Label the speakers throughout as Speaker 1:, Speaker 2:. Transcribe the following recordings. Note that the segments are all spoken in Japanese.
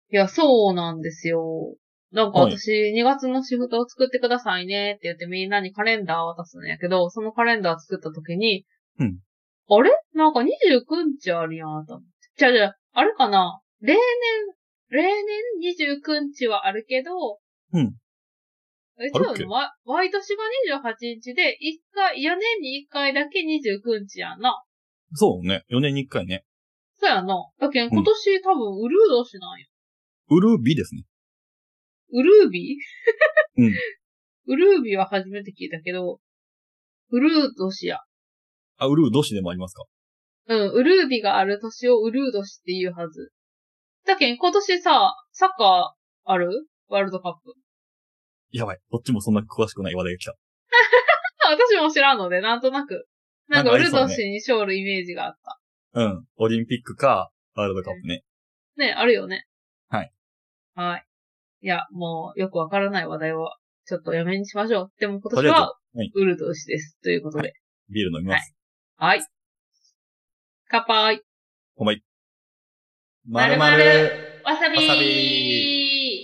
Speaker 1: いや、そうなんですよ。なんか
Speaker 2: はい。
Speaker 1: 私、2月のシフトを作ってくださいねって言ってみんなにカレンダーを渡すんやけど、そのカレンダー作った時に、
Speaker 2: うん。
Speaker 1: あれなんか29日あるやん、と思って。じゃあ、あれかな例年29日はあるけど、
Speaker 2: うん。
Speaker 1: 違
Speaker 2: あるっけ？
Speaker 1: うの毎年が28日で、4年に1回だけ29日やんな。
Speaker 2: そうね。4年に1回ね。
Speaker 1: そうやな。だけん、
Speaker 2: うん。
Speaker 1: 今年多分、ウルー年なんよ。
Speaker 2: ウルビですね。
Speaker 1: ウルービ
Speaker 2: うん。
Speaker 1: ウルービは初めて聞いたけど、ウルー年や。
Speaker 2: あ、ウルー年でもありますか？
Speaker 1: うん、ウルービがある年をウルー年って言うはず。だけん、今年さ、サッカーあるワールドカップ。
Speaker 2: やばい。こっちもそんな詳しくない話題が来た。
Speaker 1: 私も知らんので、なんとなく。な
Speaker 2: なんか
Speaker 1: んか、ウル
Speaker 2: ありそうね。
Speaker 1: 年に勝るイメージがあった。
Speaker 2: うん。オリンピックか、ワールドカップ
Speaker 1: うん。
Speaker 2: ね。
Speaker 1: ね、あるよね。
Speaker 2: はい。
Speaker 1: はい。いや、もう、よくわからない話題は、ちょっとやめにしましょう。でも今
Speaker 2: とりあえず、
Speaker 1: 年は、
Speaker 2: はい。
Speaker 1: ウル年です。ということ
Speaker 2: はい。
Speaker 1: で。
Speaker 2: ビール飲み
Speaker 1: はい。
Speaker 2: ます。
Speaker 1: はい。乾杯。
Speaker 2: おまい。まるま
Speaker 1: まるまる、
Speaker 2: る、
Speaker 1: わさび
Speaker 2: わさび。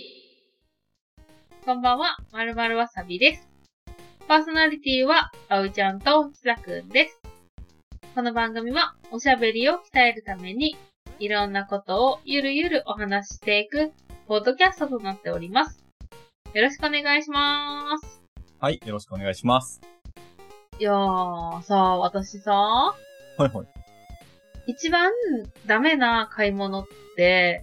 Speaker 1: こんばんは、まるまるわさびです。パーソナリティは、あうちゃんとひさくんです。この番組は、おしゃべりを鍛えるために、いろんなことをゆるゆるお話ししていく、ポッドキャストとなっております。よろしくお願いします。
Speaker 2: はい。よろしくお願いします。
Speaker 1: いやー、私さ、
Speaker 2: はいはい。
Speaker 1: 一番ダメな買い物って、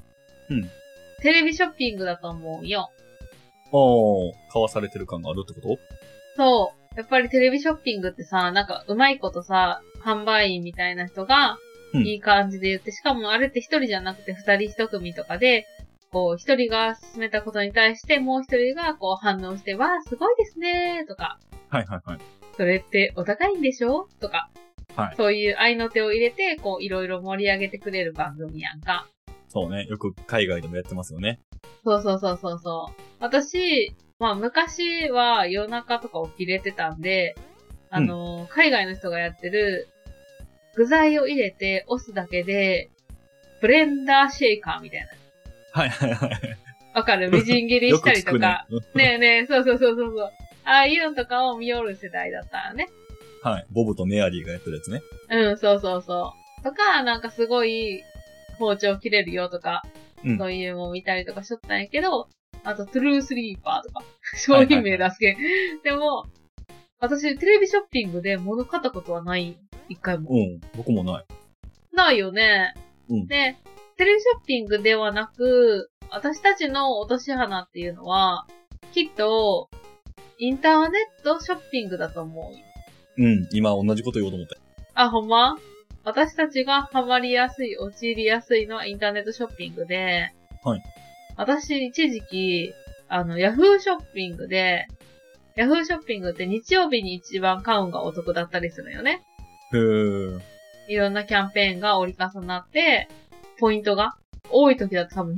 Speaker 2: うん。
Speaker 1: テレビショッピングだと思うよ。
Speaker 2: 買わされてる感があるってこと？
Speaker 1: そう。やっぱりテレビショッピングってさ、なんかうまいことさ、販売員みたいな人が、
Speaker 2: うん。
Speaker 1: いい感じで言って、しかもあれって一人じゃなくて二人一組とかで、こう、一人が進めたことに対して、もう一人がこう反応して、わー、すごいですねーとか、
Speaker 2: はいはいはい。
Speaker 1: それってお高いんでしょとか、
Speaker 2: はい。
Speaker 1: そういう愛の手を入れて、こう、いろいろ盛り上げてくれる番組やんか。
Speaker 2: そうね。よく海外でもやってますよね。
Speaker 1: そうそうそうそうそう。私、まあ昔は夜中とか起きれてたんで、
Speaker 2: うん。
Speaker 1: 海外の人がやってる具材を入れて押すだけで、ブレンダーシェイカーみたいな。
Speaker 2: はいはいはい。
Speaker 1: わかるみじん切り
Speaker 2: よ
Speaker 1: した
Speaker 2: く聞くね。
Speaker 1: りとか。ねえねえ、そうそうそうそうそう。ああいうのとかを見よる世代だったらね。
Speaker 2: はい。ボブとメアリーがやってるやつね。
Speaker 1: うん、そうそうそう。とか、なんかすごい包丁切れるよとか、
Speaker 2: うん。
Speaker 1: そういうのを見たりとかしとったんやけど、あと、トゥルースリーパーとか、商品
Speaker 2: はいはいはい。
Speaker 1: 名出すけん。でも、私、テレビショッピングで物買ったことはない。一回も。
Speaker 2: うん。僕もない。
Speaker 1: ないよね。
Speaker 2: うん。
Speaker 1: で、テレビショッピングではなく、私たちの落とし穴っていうのは、きっと、インターネットショッピングだと思う。
Speaker 2: うん。今同じこと言おうと思った。
Speaker 1: あ、ほんま私たちがハマりやすい、陥りやすいのはインターネットショッピングで、
Speaker 2: はい。
Speaker 1: 私一時期、ヤフーショッピングで、ヤフーショッピングって日曜日に一番買うんがお得だったりするよね。
Speaker 2: へー。
Speaker 1: いろんなキャンペーンが折り重なって、ポイントが多い時だと多分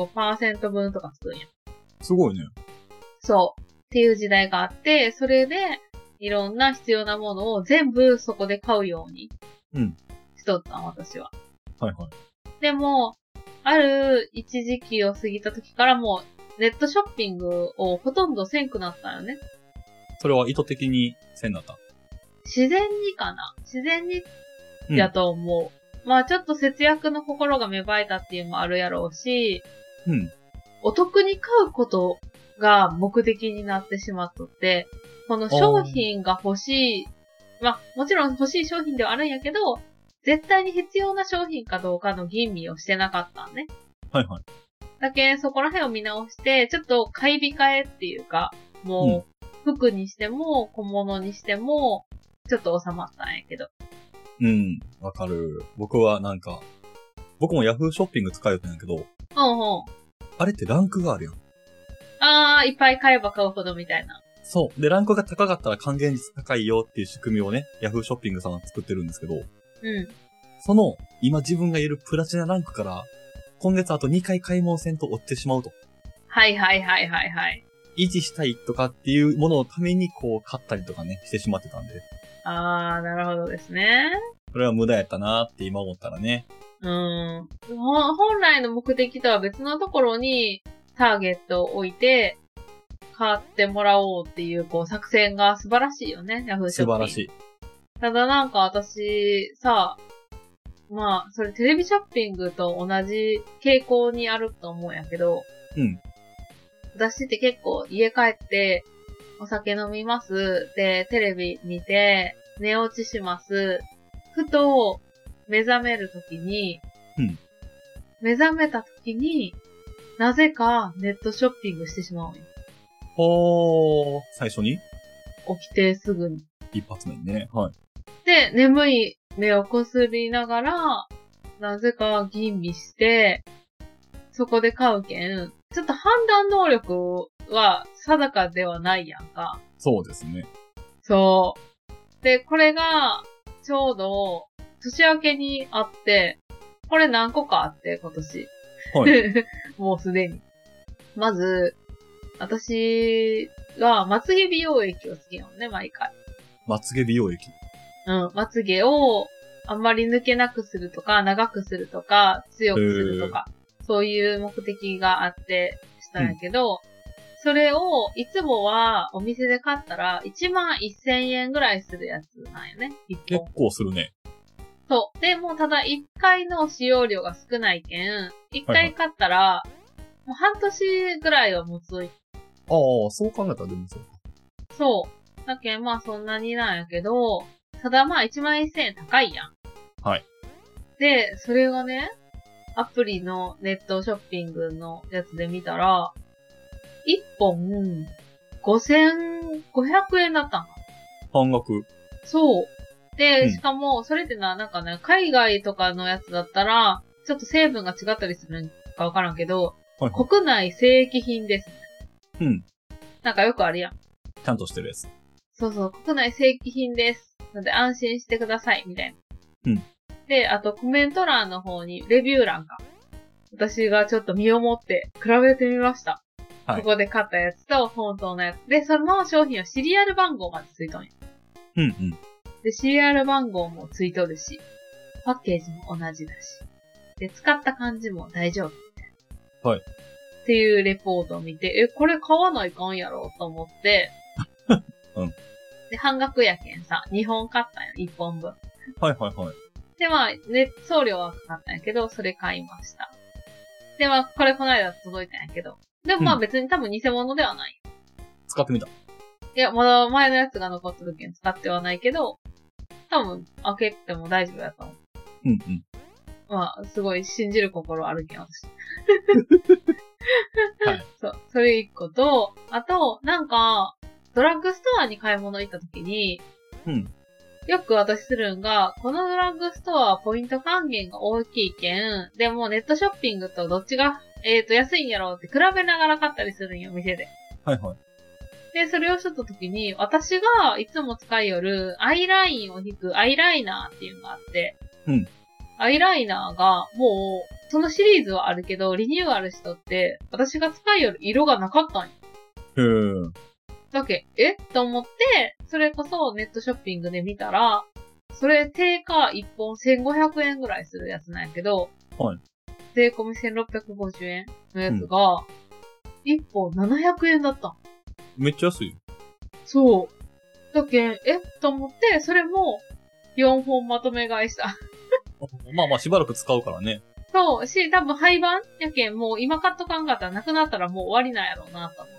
Speaker 1: 25%分とかつくんや。
Speaker 2: すごいね。
Speaker 1: そう。っていう時代があって、それで、いろんな必要なものを全部そこで買うように
Speaker 2: うん。
Speaker 1: しとったの、私は。
Speaker 2: はいはい。
Speaker 1: でも、ある一時期を過ぎた時からもう、ネットショッピングをほとんどせんくなったよね。
Speaker 2: それは意図的にせんなった？
Speaker 1: 自然にかな自然に
Speaker 2: うん。
Speaker 1: やと思う。まあちょっと節約の心が芽生えたっていうのもあるやろうし、
Speaker 2: うん。
Speaker 1: お得に買うことが目的になってしまっとって、この
Speaker 2: あ
Speaker 1: 商
Speaker 2: ー。
Speaker 1: 品が欲しい、まあもちろん欲しい商品ではあるんやけど、絶対に必要な商品かどうかの吟味をしてなかったんね。
Speaker 2: はいはい。
Speaker 1: だけそこら辺を見直して、ちょっと買い控えっていうか、
Speaker 2: うん。
Speaker 1: もう、服にしても、小物にしても、ちょっと収まったんやけど。
Speaker 2: うん。わかる。僕もヤフーショッピング使うてんやけど、
Speaker 1: うんうん。
Speaker 2: あれってランクがあるやん。
Speaker 1: あー、いっぱい買えば買うほどみたいな。
Speaker 2: そう。で、ランクが高かったら還元率高いよっていう仕組みをね、ヤフーショッピングさんは作ってるんですけど、
Speaker 1: うん。
Speaker 2: 今自分がいるプラチナランクから、今月あと2回買い物せんと追ってしまうと。
Speaker 1: はいはいはいはいはい。
Speaker 2: 維持したいとかっていうもののために買ったりとかね、してしまってたんで。
Speaker 1: あー、なるほどですね。
Speaker 2: それは無駄やったなーって今思ったらね。
Speaker 1: 本来の目的とは別のところにターゲットを置いて、買ってもらおうっていう、作戦が素晴らしいよね、ヤフーショッピング。
Speaker 2: 素晴らしい。
Speaker 1: ただなんか私、それテレビショッピングと同じ傾向にあると思うんやけど、
Speaker 2: うん。
Speaker 1: 私って結構家帰ってお酒飲みます。で、テレビ見て寝落ちします。ふと目覚めるときに、目覚めたときになぜかネットショッピングしてしまうんよ。
Speaker 2: 最初に
Speaker 1: 起きてすぐに。
Speaker 2: 一発目にね。はい。
Speaker 1: で、眠い目をこすりながら、なぜか吟味して、そこで買うけん、ちょっと判断能力は定かではないやんか。
Speaker 2: そうですね。
Speaker 1: そう。で、これが、ちょうど、年明けにあって、これ何個かあって、今年。
Speaker 2: はい。
Speaker 1: もうすでに。まず、私がまつげ美容液をつけようね、毎回。
Speaker 2: まつげ美容液。
Speaker 1: まつげをあんまり抜けなくするとか、長くするとか、強くするとか、そういう目的があってしたんやけど、それをいつもはお店で買ったら11,000円ぐらいするやつなんよね。
Speaker 2: 結構するね。
Speaker 1: そう。で、もうただ1回の使用量が少ないけん、1回買ったら、もう半年ぐらいは持つ。
Speaker 2: ああ、そう考えたらでもそうか。
Speaker 1: そう。だけんそんなになんやけど、ただ11,000円高いやん。
Speaker 2: はい。
Speaker 1: で、それがね、アプリのネットショッピングのやつで見たら、1本5,500円だったの。
Speaker 2: 半額。
Speaker 1: そう。で、しかも、それってなんかね、海外とかのやつだったら、ちょっと成分が違ったりするんかわからんけど、
Speaker 2: はいはい、
Speaker 1: 国内正規品ですね。
Speaker 2: うん。
Speaker 1: なんかよくあるやん。
Speaker 2: ちゃんとしてるやつ。
Speaker 1: そうそう、国内正規品です。ので安心してください、みたいな。
Speaker 2: うん。
Speaker 1: で、あとコメント欄の方にレビュー欄が。私がちょっと身をもって比べてみました。はい。ここで買ったやつと本当のやつ。で、その商品はシリアル番号までついとんや。
Speaker 2: うんうん。
Speaker 1: で、シリアル番号もついとるし、パッケージも同じだし。で、使った感じも大丈夫みたいな。はい。っていうレポートを見て、これ買わないかんやろと思って、うん。で、半額やけんさ、2本買ったんよ、1本分。
Speaker 2: はいはいはい。
Speaker 1: で、送料はかかったんやけど、それ買いました。で、これこの間届いたんやけど。でも別に多分偽物ではない。
Speaker 2: 使ってみた。
Speaker 1: いや、まだ前のやつが残ってるけん使ってはないけど、多分開けても大丈夫やと思う。うんうん。すごい信じる心あるけん、私。はい。そう。それ1個と、あと、ドラッグストアに買い物行った時に、よく私するんが、このドラッグストアはポイント還元が大きいけん、でもネットショッピングとどっちが、安いんやろうって比べながら買ったりするんよ、店で。はいはい。で、それをしとった時に、私がいつも使いよるアイラインを引くアイライナーっていうのがあって、アイライナーがもう、そのシリーズはあるけど、リニューアルしとって、私が使いよる色がなかったんよ。だけ、と思って、それこそネットショッピングで見たら、それ定価1本1500円ぐらいするやつなんやけど、はい。税込み1650円のやつが、1本700円だった。
Speaker 2: めっちゃ安いよ。
Speaker 1: そう。だけん、と思って、それも4本まとめ買いした。
Speaker 2: まあしばらく使うからね。
Speaker 1: そう、多分廃盤やけん、もう今買っとかんかったらなくなったらもう終わりなんやろうなと思って。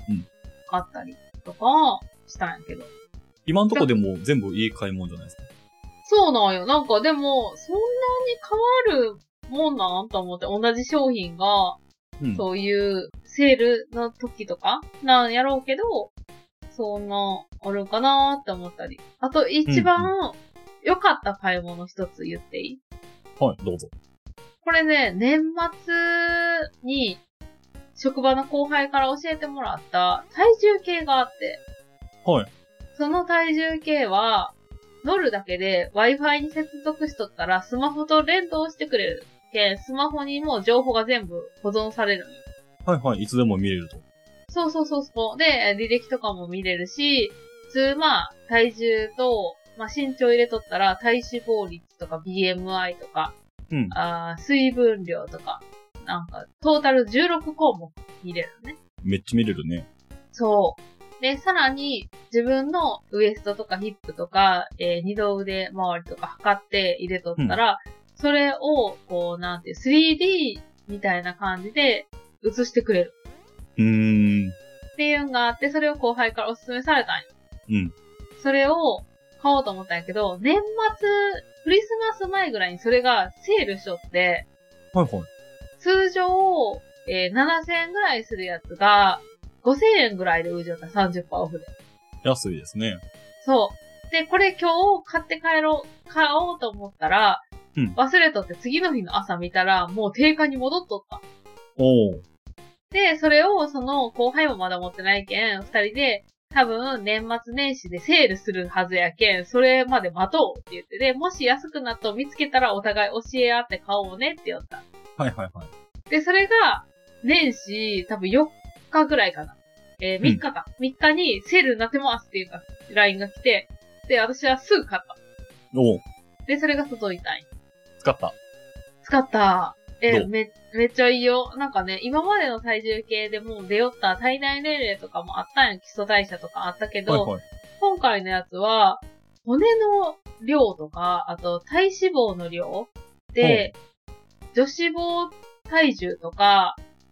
Speaker 1: 買ったりとかしたんやけど。
Speaker 2: 今んとこでも全部家買い物じゃないですか。
Speaker 1: そうなんよ。でも、そんなに変わるもんなんと思って、同じ商品が、そういうセールの時とかなんやろうけど、そんな、あるかなーって思ったり。あと、一番良かった買い物一つ言っていい？
Speaker 2: はい、どうぞ。
Speaker 1: これね、年末に、職場の後輩から教えてもらった体重計があって。はい。その体重計は、乗るだけで Wi-Fi に接続しとったらスマホと連動してくれるけん、スマホにも情報が全部保存されるのよ。
Speaker 2: はいはい、いつでも見れると。
Speaker 1: そう。で、履歴とかも見れるし、普通体重と、身長入れとったら体脂肪率とか BMI とか、
Speaker 2: うん。
Speaker 1: 水分量とか、なんか、トータル16項目見れるのね。
Speaker 2: めっちゃ見れるね。
Speaker 1: そう。で、さらに、自分のウエストとかヒップとか、二の腕周りとか測って入れとったら、それを、こう、なんていう、3D みたいな感じで映してくれる。っていうのがあって、それを後輩からおすすめされたんよ。
Speaker 2: うん。
Speaker 1: それを買おうと思ったんやけど、年末、クリスマス前ぐらいにそれがセールしとって、
Speaker 2: はいはい。
Speaker 1: 通常、7000円ぐらいするやつが、5000円ぐらいで売りよった、30%オフで。
Speaker 2: 安いですね。
Speaker 1: そう。で、これ今日買おうと思ったら、忘れとって次の日の朝見たら、もう定価に戻っとった。
Speaker 2: おー。
Speaker 1: で、それをその後輩もまだ持ってないけん、二人で、多分年末年始でセールするはずやけん、それまで待とうって言って、で、もし安くなったを見つけたらお互い教え合って買おうねって言った。
Speaker 2: はいはいはい。
Speaker 1: で、それが、年始、多分4日ぐらいかな。3日か。3日にセールになってますっていうか、LINE が来て、で、私はすぐ買った。
Speaker 2: おう。
Speaker 1: で、それが届いたんよ。
Speaker 2: 使った。
Speaker 1: 使った。
Speaker 2: どう
Speaker 1: めっちゃいいよ。なんかね、今までの体重計でもう出よった体内年齢とかもあったんよ。基礎代謝とかあったけど、
Speaker 2: はいはい。
Speaker 1: 今回のやつは、骨の量とか、あと体脂肪の量で、女子肪体重とか、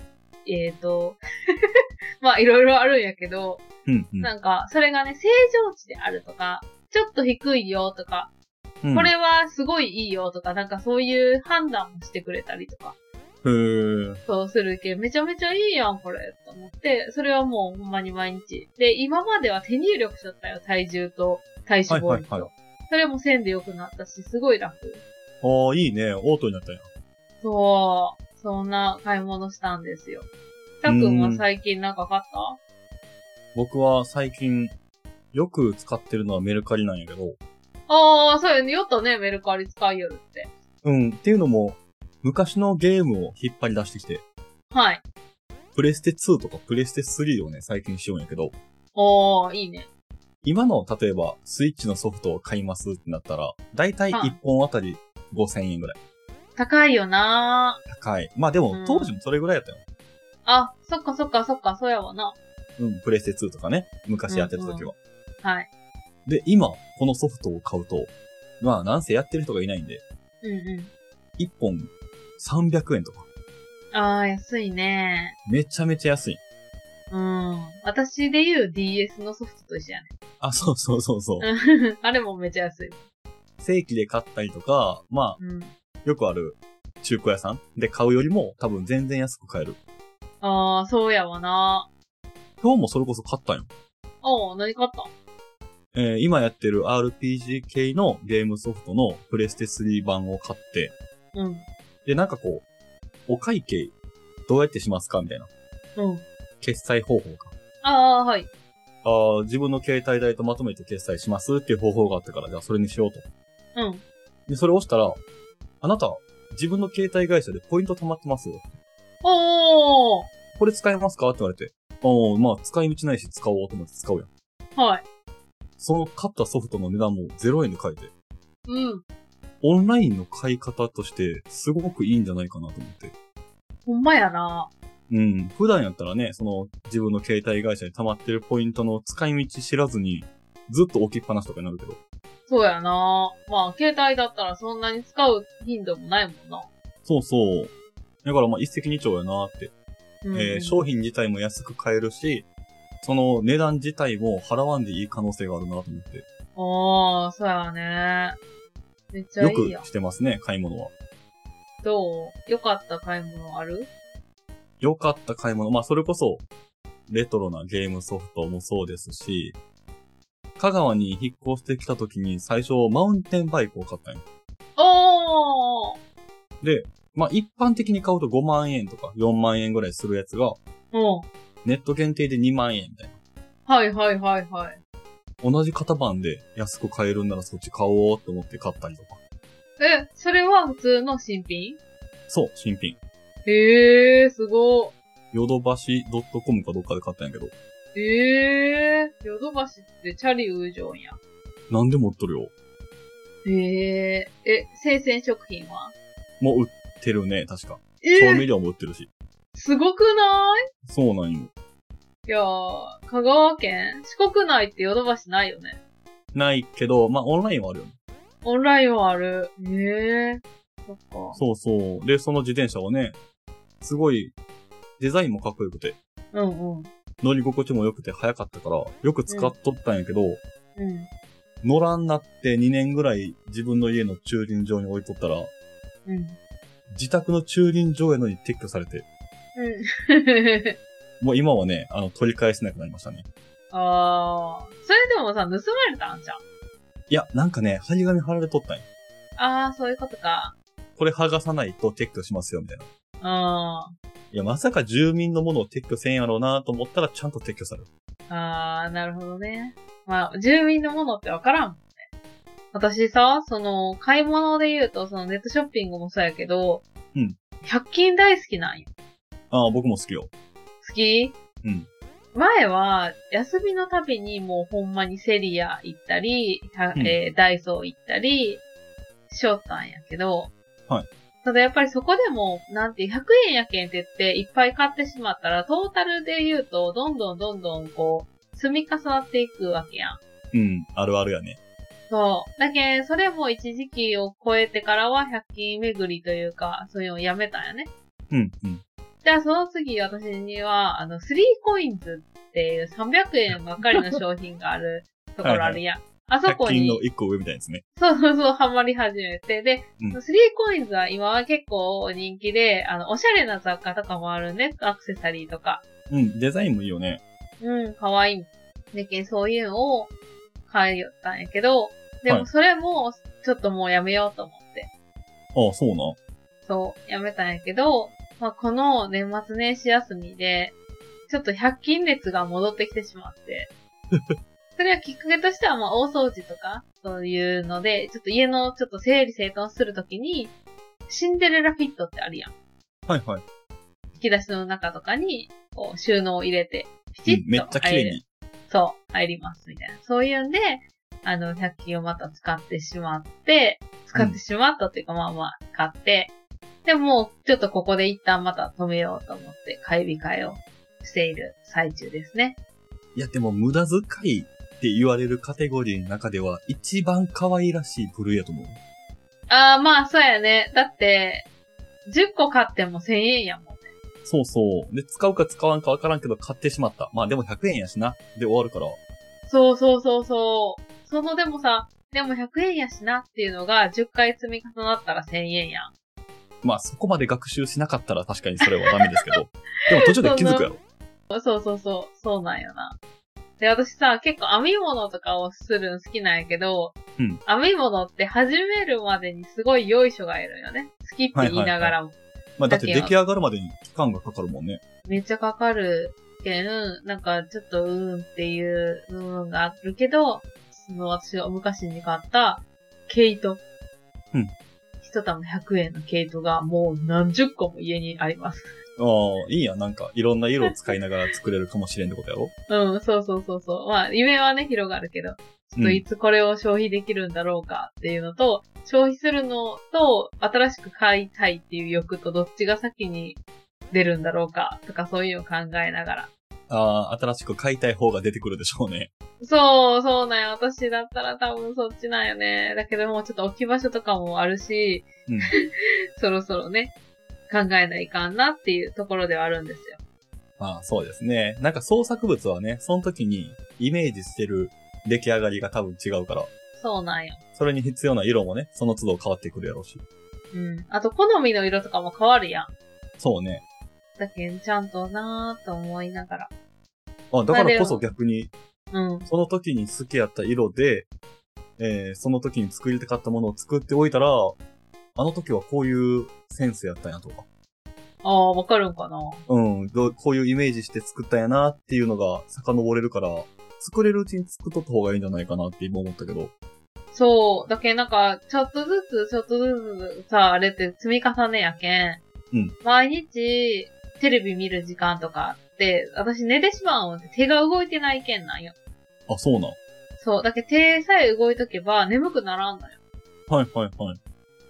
Speaker 1: まあいろいろあるんやけど、なんか、それがね、正常値であるとか、ちょっと低いよとか、これはすごいいいよとか、なんかそういう判断もしてくれたりとか。そうするけん、めちゃめちゃいいやん、これ、と思って、それはもうほんまに毎日。で、今までは手入力しちゃったよ、体重と体脂肪率と。はいはいはい、それも線で良くなったし、すごい楽。
Speaker 2: ああ、いいね。オートになったやん。
Speaker 1: そう。そんな買い物したんですよ。たくんは最近なんか買った？
Speaker 2: 僕は最近、よく使ってるのはメルカリなんやけど。
Speaker 1: ああ、そうやね。よったね、メルカリ使いよるって。
Speaker 2: っていうのも、昔のゲームを引っ張り出してきて。
Speaker 1: はい。
Speaker 2: プレステ2とかプレステ3をね、最近しようんやけど。
Speaker 1: おー、いいね。
Speaker 2: 今の、例えば、スイッチのソフトを買いますってなったら、だいたい1本あたり5000円ぐらい。
Speaker 1: 高いよな
Speaker 2: ー。高い。まあでも、当時もそれぐらいやったよ。
Speaker 1: あ、そっか、そうやわな。
Speaker 2: プレステ2とかね、昔やってた時は。
Speaker 1: はい。
Speaker 2: で、今、このソフトを買うと、まあ、なんせやってる人がいないんで、1本300円とか。
Speaker 1: ああ、安いね。
Speaker 2: めちゃめちゃ安い。
Speaker 1: 私で言う DS のソフトと一緒やね。
Speaker 2: あ、そう。
Speaker 1: あれもめちゃ安い。
Speaker 2: 正規で買ったりとか、まあ、よくある中古屋さんで買うよりも多分全然安く買える。
Speaker 1: ああ、そうやわな。
Speaker 2: 今日もそれこそ買ったんよ。
Speaker 1: ああ、何買った？
Speaker 2: 今やってる RPG 系のゲームソフトのプレステ3版を買って、で、なんかこう、お会計どうやってしますかみたいな。決済方法か。
Speaker 1: ああ、はい。
Speaker 2: 自分の携帯代とまとめて決済しますっていう方法があったから、じゃあそれにしようと。で、それを押したら、あなた、自分の携帯会社でポイント貯まってますよ。
Speaker 1: おー。
Speaker 2: これ使えますかって言われて。まあ、使い道ないし使おうと思って使うやん。
Speaker 1: はい。
Speaker 2: その買ったソフトの値段も0円で買えて。オンラインの買い方として、すごくいいんじゃないかなと思って。
Speaker 1: ほんまやな。
Speaker 2: 普段やったらね、自分の携帯会社に溜まってるポイントの使い道知らずに、ずっと置きっぱなしとかになるけど。
Speaker 1: そうやな。まあ、携帯だったらそんなに使う頻度もないもんな。
Speaker 2: そう。だからまあ、一石二鳥やなって。商品自体も安く買えるし、その値段自体も払わんでいい可能性があるなと思って。
Speaker 1: そうやね。めっちゃいいや。
Speaker 2: よくしてますね、買い物は。
Speaker 1: どう？よかった買い物ある？
Speaker 2: よかった買い物。まあ、それこそ、レトロなゲームソフトもそうですし、香川に引っ越してきた時に最初、マウンテンバイクを買ったんよ。で、まあ、一般的に買うと5万円とか4万円ぐらいするやつが、ネット限定で2万円みたいな。
Speaker 1: はい。
Speaker 2: 同じ型番で安く買えるんならそっち買おうと思って買ったりとか。
Speaker 1: それは普通の新品？
Speaker 2: そう、新品。
Speaker 1: へえ、すご。
Speaker 2: ヨドバシ .com かどっかで買ったんやけど。
Speaker 1: ヨドバシってチャリウージョンや。
Speaker 2: なんで持っとるよ。
Speaker 1: 生鮮食品は？
Speaker 2: もう売ってるね、確か。調味料も売ってるし。
Speaker 1: すごくない
Speaker 2: そうなんよ。
Speaker 1: いやー、香川県四国内ってヨドバシないよね。
Speaker 2: ないけど、まあ、オンラインはあるよね。
Speaker 1: オンラインはある。そっか。
Speaker 2: そうそう。で、その自転車はね、すごい、デザインもかっこよくて。
Speaker 1: うんうん。
Speaker 2: 乗り心地も良くて早かったから、よく使っとったんやけど、乗らんなって2年ぐらい自分の家の駐輪場に置いとったら、自宅の駐輪場やのに撤去されて。もう今はね、取り返せなくなりましたね。
Speaker 1: あー。それでもさ、盗まれたんじゃん。
Speaker 2: いや、なんかね、張り紙貼られとったんや。
Speaker 1: あー、そういうことか。
Speaker 2: これ剥がさないと撤去しますよ、みたいな。
Speaker 1: あー。
Speaker 2: いや、まさか住民のものを撤去せんやろうなと思ったらちゃんと撤去される。
Speaker 1: あー、なるほどね。まあ、住民のものってわからんもんね。私さ、買い物で言うと、ネットショッピングもそうやけど、100均大好きなんよ。
Speaker 2: ああ、僕も好きよ。
Speaker 1: 好き？前は、休みのたびにもうほんまにセリア行ったり、ダイソー行ったり、しよったんやけど、
Speaker 2: はい。
Speaker 1: ただやっぱりそこでも、100円やけんって言っていっぱい買ってしまったら、トータルで言うと、どんどんこう、積み重なっていくわけやん。
Speaker 2: あるあるやね。
Speaker 1: そう。だけそれも一時期を超えてからは100均巡りというか、そういうのをやめたんやね。じゃあその次私には、3コインズっていう300円ばっかりの商品があるところあるやん。あそこに。
Speaker 2: 100均の1個上みたいですね。
Speaker 1: そう、ハマり始めて。で、3コインズは今は結構人気で、おしゃれな雑貨とかもあるね。アクセサリーとか。
Speaker 2: デザインもいいよね。
Speaker 1: かわいい。だけそういうのを買いよったんやけど、でもそれも、ちょっともうやめようと思って。
Speaker 2: ああ、そうな。
Speaker 1: そう、やめたんやけど、まあ、この年末年始休みで、ちょっと100均熱が戻ってきてしまって。それはきっかけとしては、まあ、大掃除とか、そういうので、ちょっと家のちょっと整理整頓するときに、シンデレラフィットってあるやん。
Speaker 2: はいはい。
Speaker 1: 引き出しの中とかに、こう、収納を入れて、ピチッと
Speaker 2: めっちゃ綺麗に。
Speaker 1: そう、入ります、みたいな。そういうんで、100均をまた使ってしまったっていうか、まあまあ、買って、でも、ちょっとここで一旦また止めようと思って、買い控えをしている最中ですね。
Speaker 2: いや、でも無駄遣いって言われるカテゴリーの中では、一番可愛らしい部類やと思う。
Speaker 1: ああ、まあ、そうやね。だって、10個買っても1000円やもんね。
Speaker 2: そうそう。で、使うか使わんかわからんけど買ってしまった。まあでも100円やしな。で終わるから。
Speaker 1: そう。でもさ、でも100円やしなっていうのが10回積み重なったら1000円やん。
Speaker 2: まあそこまで学習しなかったら確かにそれはダメですけど。でも途中で気づくやろ。
Speaker 1: そうなんよな。で、私さ、結構編み物とかをするの好きなんやけど、編み物って始めるまでにすごいよいしょがいるよね。好きって言いながらも。
Speaker 2: まあだって出来上がるまでに期間がかかるもんね。
Speaker 1: めっちゃかかるけん、なんかちょっとっていう部分があるけど、私が昔に買った毛糸。一玉100円の毛糸がもう何十個も家にあります。
Speaker 2: ああ、いいや。なんかいろんな色を使いながら作れるかもしれんってことやろ
Speaker 1: そう。まあ、夢はね、広がるけど、ちょっといつこれを消費できるんだろうかっていうのと、消費するのと、新しく買いたいっていう欲とどっちが先に出るんだろうかとかそういうのを考えながら。
Speaker 2: ああ、新しく買いたい方が出てくるでしょうね。
Speaker 1: そうなんよ。私だったら多分そっちなんよね。だけどもうちょっと置き場所とかもあるし、そろそろね、考えないかんなっていうところではあるんですよ。
Speaker 2: ああ、そうですね。なんか創作物はね、その時にイメージしてる出来上がりが多分違うから。
Speaker 1: そうなんよ。
Speaker 2: それに必要な色もね、その都度変わってくるやろうし。
Speaker 1: あと好みの色とかも変わるやん。
Speaker 2: そうね。
Speaker 1: だけんちゃんとなーと思いながら。
Speaker 2: あ、だからこそ逆に、
Speaker 1: そ
Speaker 2: の時に好きやった色で、その時に作りたかったものを作っておいたら、あの時はこういうセンスやったんやとか。
Speaker 1: ああ、わかるんかな。
Speaker 2: こういうイメージして作ったんやなっていうのが遡れるから、作れるうちに作っとった方がいいんじゃないかなって今思ったけど。
Speaker 1: そう。だけなんか、ちょっとずつさ、あれって積み重ねやけん。毎日、テレビ見る時間とかあって、私寝てしまうんって手が動いてないけんなんよ。
Speaker 2: あ、そうなん。
Speaker 1: そう。だけど手さえ動いとけば眠くならんのよ。
Speaker 2: はい。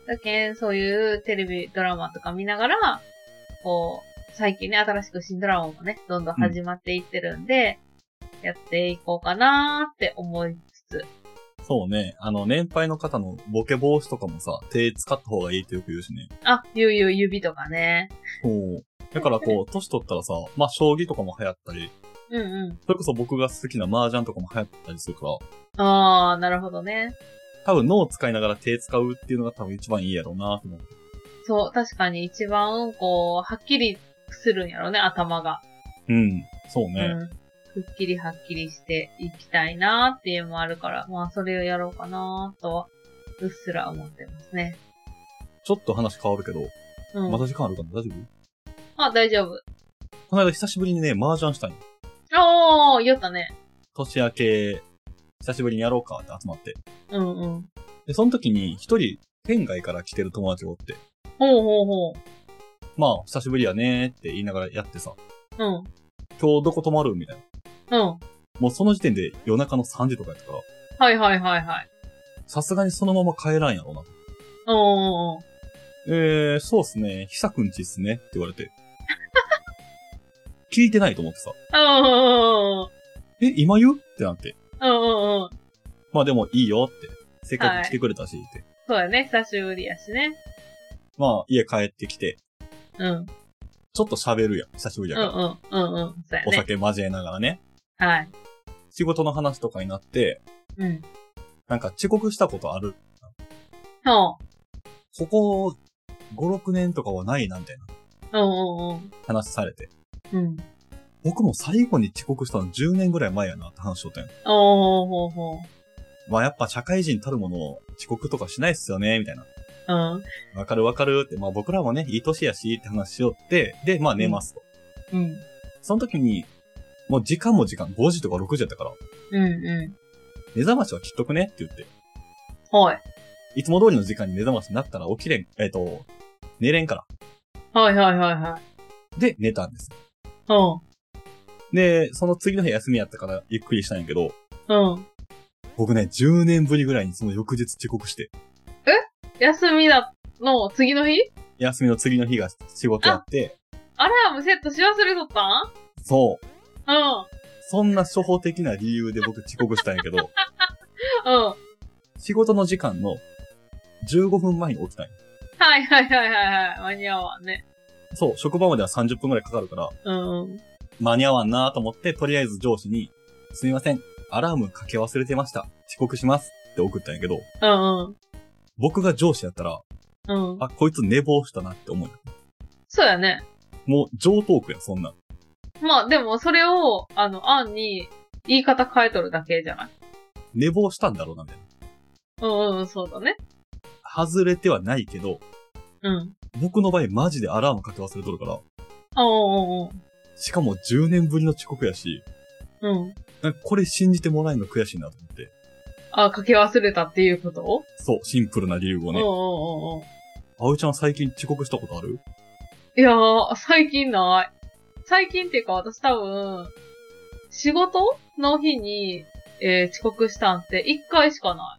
Speaker 1: だけん、そういうテレビ、ドラマとか見ながら、こう、最近ね、新しく新ドラマもね、どんどん始まっていってるんで、やっていこうかなーって思いつつ。
Speaker 2: そうね。年配の方のボケ防止とかもさ、手使った方がいいってよく言うしね。
Speaker 1: あ、指とかね。
Speaker 2: そう。だからこう、年取ったらさ、まあ、将棋とかも流行ったり。
Speaker 1: うんうん。
Speaker 2: それこそ僕が好きな麻雀とかも流行ったりするから。
Speaker 1: あー、なるほどね。
Speaker 2: 多分脳を使いながら手使うっていうのが多分一番いいやろうなと思う。
Speaker 1: そう、確かに一番、こう、はっきりするんやろね、頭が。
Speaker 2: うん、そうね。
Speaker 1: うん。くっきりはっきりしていきたいなーっていうのもあるから、まあそれをやろうかなーとは、うっすら思ってますね。
Speaker 2: ちょっと話変わるけど、
Speaker 1: うん。
Speaker 2: まだ時間あるかな？大丈夫？
Speaker 1: あ、大丈夫。
Speaker 2: この間久しぶりにね、麻雀したんよ。
Speaker 1: おー、言ったね。
Speaker 2: 年明け、久しぶりにやろうかって集まって。
Speaker 1: うんうん。
Speaker 2: で、その時に一人、県外から来てる友達がおって。
Speaker 1: ほうほうほう。
Speaker 2: まあ、久しぶりやねーって言いながらやってさ。
Speaker 1: うん。
Speaker 2: 今日どこ泊まるみたいな。
Speaker 1: うん。
Speaker 2: もうその時点で夜中の3時とかやったから。
Speaker 1: はいはいはいはい。
Speaker 2: さすがにそのまま帰らんやろうな。
Speaker 1: おー。
Speaker 2: そうっすね。ひさくんちっすねって言われて。聞いてないと思ってさ。
Speaker 1: おー。
Speaker 2: 今言うってなって。
Speaker 1: うん。
Speaker 2: まあでもいいよって。せっかく来てくれたしって。
Speaker 1: そうやね。久しぶりやしね。
Speaker 2: まあ家帰ってきて。
Speaker 1: うん。
Speaker 2: ちょっと喋るやん。久しぶりやから。
Speaker 1: そうやね。
Speaker 2: お酒交えながらね。
Speaker 1: はい。
Speaker 2: 仕事の話とかになって。
Speaker 1: うん。
Speaker 2: なんか遅刻したことある？
Speaker 1: ほ
Speaker 2: ここ5、6年とかはないなみたいな。話されて。
Speaker 1: うん。
Speaker 2: 僕も最後に遅刻したの10年ぐらい前やなって話しとったんよ。
Speaker 1: ほう。
Speaker 2: まあやっぱ社会人たるもの遅刻とかしないっすよね、みたいな。
Speaker 1: うん。
Speaker 2: わかるって、まあ僕らもね、いい年やしって話しよって、で、まあ寝ますと。
Speaker 1: うん。
Speaker 2: その時に、もう時間も5時とか6時やったから。目覚ましは切っとくねって言って。
Speaker 1: はい。
Speaker 2: いつも通りの時間に目覚ましになったら起きれん、寝れんから。
Speaker 1: はい。
Speaker 2: で、寝たんです。
Speaker 1: うん。
Speaker 2: で、その次の日休みやったからゆっくりしたんやけど。
Speaker 1: うん。
Speaker 2: 僕ね、10年ぶりぐらいにその翌日遅刻して。
Speaker 1: 休みの次の日？
Speaker 2: 休みの次の日が仕事やって。
Speaker 1: アラームセットし忘れとったん？
Speaker 2: そう。
Speaker 1: うん。
Speaker 2: そんな初歩的な理由で僕遅刻したんやけど。
Speaker 1: うん。
Speaker 2: 仕事の時間の15分前に起きたんや。
Speaker 1: はい。間に合わんね。
Speaker 2: そう、職場までは30分くらいかかるから。
Speaker 1: うん。
Speaker 2: 間に合わんなと思って、とりあえず上司に、すみません、アラームかけ忘れてました。遅刻しますって送ったんやけど。僕が上司やったら、あ、こいつ寝坊したなって思う。
Speaker 1: そうやね。
Speaker 2: もう上等句や、そんな。
Speaker 1: まあでもそれを、案に言い方変えとるだけじゃない？
Speaker 2: 寝坊したんだろうな、みたい
Speaker 1: な。そうだね。
Speaker 2: 外れてはないけど、僕の場合マジでアラームかけ忘れとるから。しかも10年ぶりの遅刻やし、これ信じてもらえるの悔しいなと思って。
Speaker 1: あ、かけ忘れたっていうことを？
Speaker 2: そう、シンプルな理由をね。あおいちゃん最近遅刻したことある？
Speaker 1: いやー、最近ない。最近っていうか私多分、仕事の日に、遅刻したんって1回しかない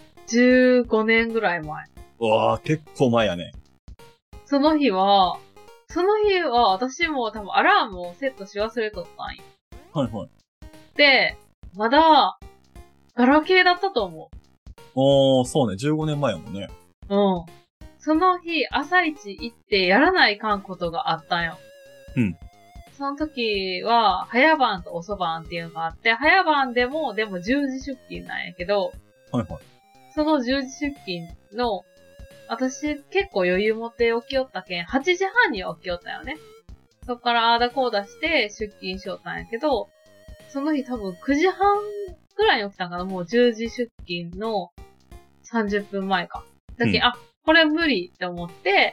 Speaker 1: 。15年ぐらい前。
Speaker 2: うわー、結構前やね。
Speaker 1: その日は私も多分アラームをセットし忘れとったんよ。
Speaker 2: はい。
Speaker 1: で、まだ、ガラケーだったと思
Speaker 2: う。そうね、15年前やもんね。
Speaker 1: その日、朝一行ってやらないかんことがあったんよ。その時は、早番と遅番っていうのがあって、早番でも10時出勤なんやけど、その10時出勤の、私結構余裕持って起きよったけん、8時半には起きよったよね。そっからあーだこーだして出勤しよったんやけど、その日多分9時半ぐらいに起きたんかな。もう10時出勤の30分前か。だけ、これ無理って思って、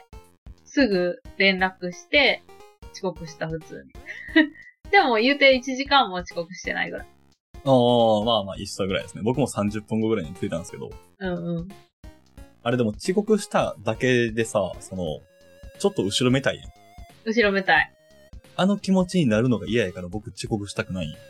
Speaker 1: すぐ連絡して、遅刻した普通に。でも言うて1時間も遅刻してないぐらい。
Speaker 2: まあ一緒ぐらいですね。僕も30分後ぐらいに着いたんですけど。あれでも遅刻しただけでさ、ちょっと後ろめたいやん。
Speaker 1: 後ろめたい。
Speaker 2: あの気持ちになるのが嫌やから僕遅刻したくないんや。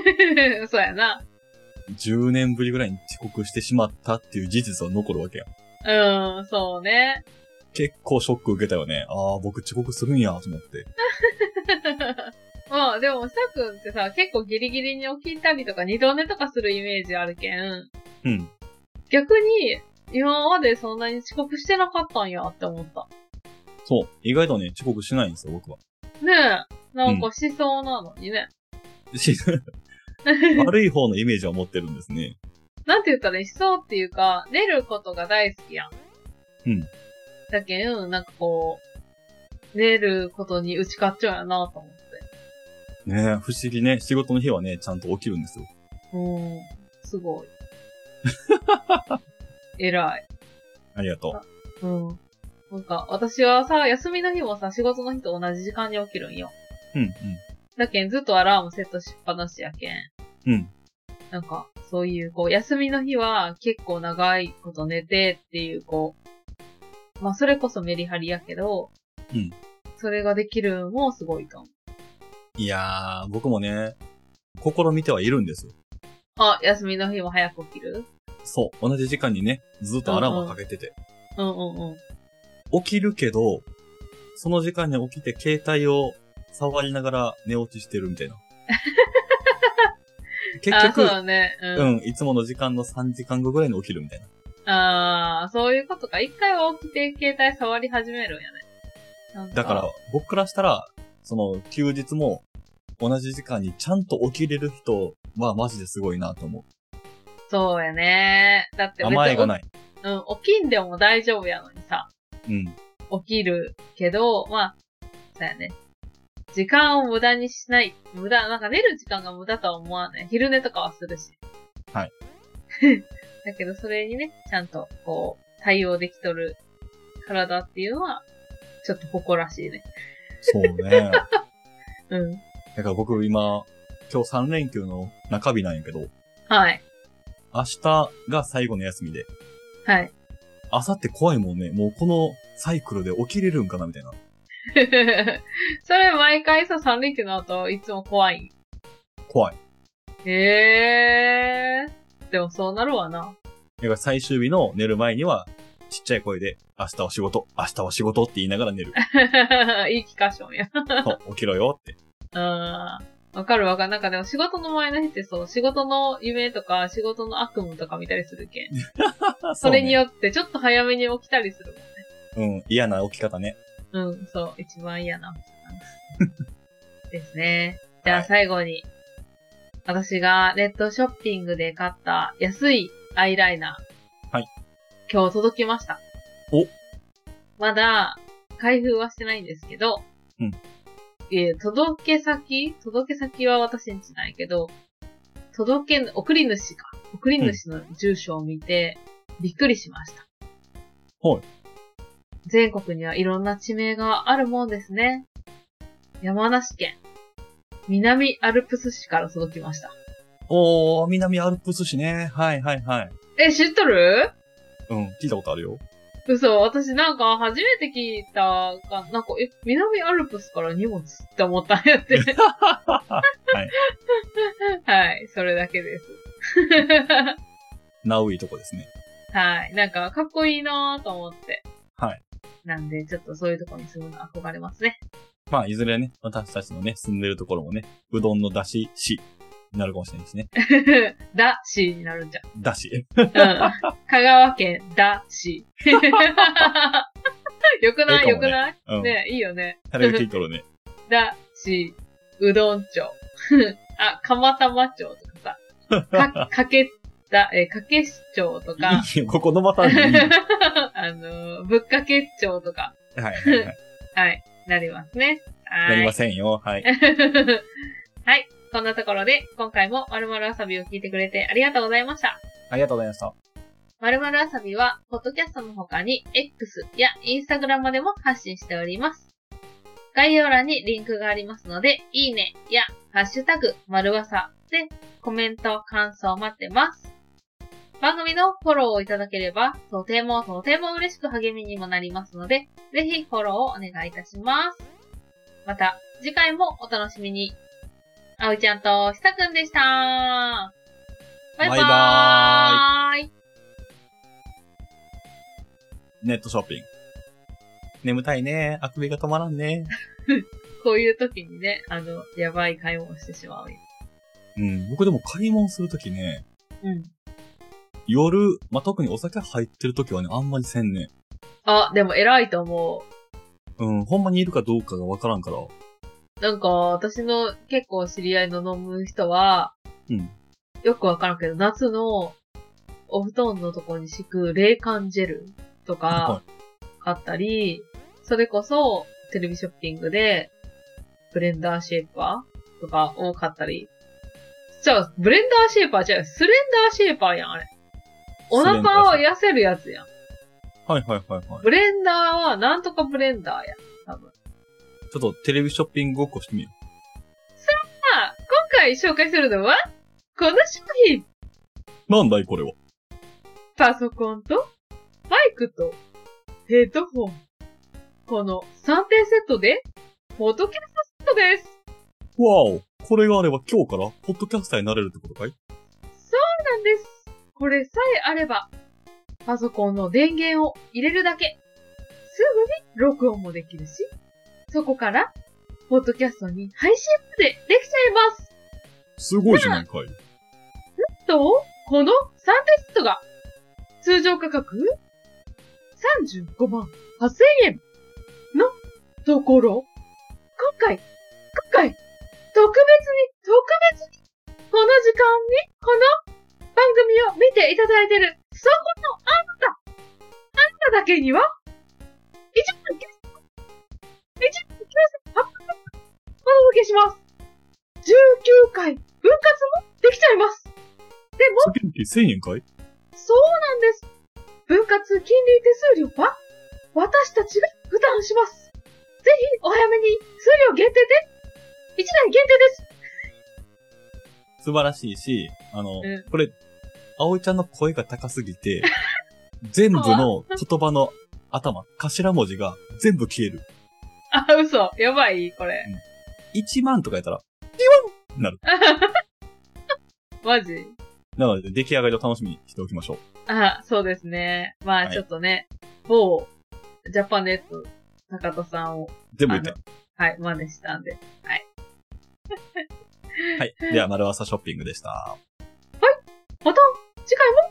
Speaker 1: そうやな。
Speaker 2: 10年ぶりぐらいに遅刻してしまったっていう事実は残るわけやん。
Speaker 1: うん、そうね。
Speaker 2: 結構ショック受けたよね。ああ、僕遅刻するんや、と思って。
Speaker 1: まあ、でも、さくんってさ、結構ギリギリに起きたりとか、二度寝とかするイメージあるけん。
Speaker 2: うん。
Speaker 1: 逆に、今までそんなに遅刻してなかったんやって思った。
Speaker 2: そう。意外とね、遅刻しないんですよ、僕は。
Speaker 1: ねえ。なんかしそうなのにね。
Speaker 2: 悪い方のイメージは持ってるんですね。
Speaker 1: なんて言ったらしそうっていうか、寝ることが大好きやん。
Speaker 2: うん。
Speaker 1: だけん、なんかこう、寝ることに打ち勝っちゃうやなと思って。
Speaker 2: ねえ、不思議ね。仕事の日はね、ちゃんと起きるんですよ。
Speaker 1: すごい。偉い。
Speaker 2: ありがと
Speaker 1: う。なんか、私はさ、休みの日もさ、仕事の日と同じ時間に起きるんよ。
Speaker 2: うん、
Speaker 1: だけん、ずっとアラームセットしっぱなしやけん。
Speaker 2: うん。
Speaker 1: なんか、そういう、こう、休みの日は結構長いこと寝てっていう、こう、まあ、それこそメリハリやけど、
Speaker 2: うん。
Speaker 1: それができるのもすごいと思う。
Speaker 2: いやー、僕もね、試みてはいるんですよ。
Speaker 1: あ、休みの日も早く起きる？
Speaker 2: そう。同じ時間にね、ずっとアラームをかけてて。起きるけど、その時間に起きて携帯を触りながら寝落ちしてるみたいな。結局、
Speaker 1: そうね。
Speaker 2: いつもの時間の3時間後ぐらいに起きるみたい
Speaker 1: な。そういうことか。一回は起きて携帯触り始めるんや
Speaker 2: ね。だから、僕からしたら、その、休日も同じ時間にちゃんと起きれる人はマジですごいなと思う。
Speaker 1: そうやね。だって
Speaker 2: 甘えがない。
Speaker 1: 起きんでも大丈夫やのにさ。
Speaker 2: うん。
Speaker 1: 起きるけど、まあ、そうやね。時間を無駄にしない。なんか寝る時間が無駄とは思わない。昼寝とかはするし。
Speaker 2: はい。
Speaker 1: だけど、それにね、ちゃんと、こう、対応できとる体っていうのは、ちょっと誇らしいね。
Speaker 2: そうね。
Speaker 1: うん。
Speaker 2: だから僕今日3連休の中日なんやけど。
Speaker 1: はい。
Speaker 2: 明日が最後の休みで。
Speaker 1: はい。
Speaker 2: 明後日怖いもんね。もうこのサイクルで起きれるんかなみたいな。
Speaker 1: それ毎回さ、3連休の後、いつも怖い？
Speaker 2: 怖い。
Speaker 1: でもそうなるわな。
Speaker 2: だから最終日の寝る前には、ちっちゃい声で、明日は仕事って言いながら寝る。
Speaker 1: いい気かしょんや。
Speaker 2: そう、起きろよって。
Speaker 1: わかる。なんかでも仕事の前の日ってそう、仕事の夢とか仕事の悪夢とか見たりするけん。それによってちょっと早めに起きたりする
Speaker 2: もんね。嫌な起き方ね。
Speaker 1: そう、一番嫌な起き方ですね。じゃあ最後に、私がネットショッピングで買った安いアイライナー。
Speaker 2: はい。
Speaker 1: 今日届きました。
Speaker 2: お。
Speaker 1: まだ開封はしてないんですけど、届け先は私んちないけど、送り主の住所を見て、びっくりしました。
Speaker 2: はい。
Speaker 1: 全国にはいろんな地名があるもんですね。山梨県、南アルプス市から届きました。
Speaker 2: 南アルプス市ね。はい。
Speaker 1: 知っとる？
Speaker 2: 聞いたことあるよ。
Speaker 1: 嘘、私なんか初めて聞いたか、なんか、南アルプスから荷物って思ったんやって。
Speaker 2: はい。
Speaker 1: はい、それだけです。
Speaker 2: ナウいとこですね。
Speaker 1: はい、なんかかっこいいなぁと思って。
Speaker 2: はい。
Speaker 1: なんで、ちょっとそういうとこに住むの憧れますね。
Speaker 2: まあ、いずれね、私たちのね、住んでるところもね、うどんの出し市になるかもしれないですね。
Speaker 1: だしになるんじゃん。
Speaker 2: だし。
Speaker 1: 香川県だし。よくない、よくない、ね、いいよね。
Speaker 2: タレが聞いとるね。
Speaker 1: だし、うどん町。蒲玉町とかさ。かけ市町とか。
Speaker 2: いいよ、ここのまたでいい。
Speaker 1: ぶっかけ町とか。
Speaker 2: はい。
Speaker 1: はい、なりますね。
Speaker 2: なりませんよ、はい。
Speaker 1: はい。こんなところで、今回もまるまるわさびを聞いてくれてありがとうございました。
Speaker 2: ありがとうございました。
Speaker 1: まるまるわさびは、ポッドキャストの他に X や Instagram でも発信しております。概要欄にリンクがありますので、いいねやハッシュタグまるわさでコメント、感想待ってます。番組のフォローをいただければ、とても嬉しく励みにもなりますので、ぜひフォローをお願いいたします。また、次回もお楽しみに。あおいちゃんとひさくんでした。バイバーイ。
Speaker 2: ネットショッピング。眠たいね。あくびが止まらんね。
Speaker 1: こういう時にね、やばい買い物してしまう。
Speaker 2: うん。僕でも買い物するときね。
Speaker 1: うん。
Speaker 2: 夜、特にお酒入ってるときはね、あんまりせんね。
Speaker 1: あ、でも偉いと思
Speaker 2: う。うん。ほんまにいるかどうかがわからんから。
Speaker 1: なんか、私の結構知り合いの飲む人は、
Speaker 2: うん。
Speaker 1: よくわからんけど、夏のお布団のところに敷く冷感ジェルとか、買ったり、それこそテレビショッピングで、ブレンダーシェーパーとかを買ったり。じゃあ、ブレンダーシェーパーじゃあ、スレンダーシェーパーやん、あれ。お腹を痩せるやつやん。
Speaker 2: はい。
Speaker 1: ブレンダーはなんとかブレンダーやん、多分。
Speaker 2: ちょっとテレビショッピングごっこしてみよう。
Speaker 1: さあ、今回紹介するのは、この商品。
Speaker 2: なんだいこれは。
Speaker 1: パソコンと、マイクと、ヘッドホン。この3点セットで、ポッドキャストセットです。
Speaker 2: わお、これがあれば今日からポッドキャスターになれるってことかい？
Speaker 1: そうなんです。これさえあれば、パソコンの電源を入れるだけ。すぐに録音もできるし、そこから、ポッドキャストに配信までできちゃいます。
Speaker 2: すごいじゃないかい。
Speaker 1: と、この3点セットが、通常価格35万8000円のところ、今回、特別に、この時間に、この番組を見ていただいている、そこのあなただけには、19800円お届けします。19回分割もできちゃいます。でも、
Speaker 2: 月々1000円かい？
Speaker 1: そうなんです。分割金利手数料は、私たちが負担します。ぜひ、お早めに、数量限定で、1台限定です。
Speaker 2: 素晴らしいし、これ、葵ちゃんの声が高すぎて、全部の言葉の頭文字が全部消える。
Speaker 1: あ、嘘。やばいこれ。
Speaker 2: 1万とかやったら、ピワンなる。
Speaker 1: マジ？
Speaker 2: なので、出来上がりを楽しみにしておきましょう。
Speaker 1: あ、そうですね。まあ、ちょっとね、某、ジャパネット、高田さんを。
Speaker 2: 全部言って。
Speaker 1: はい、真似したんで。はい。
Speaker 2: はい。では、丸朝ショッピングでした。
Speaker 1: はい。また、次回も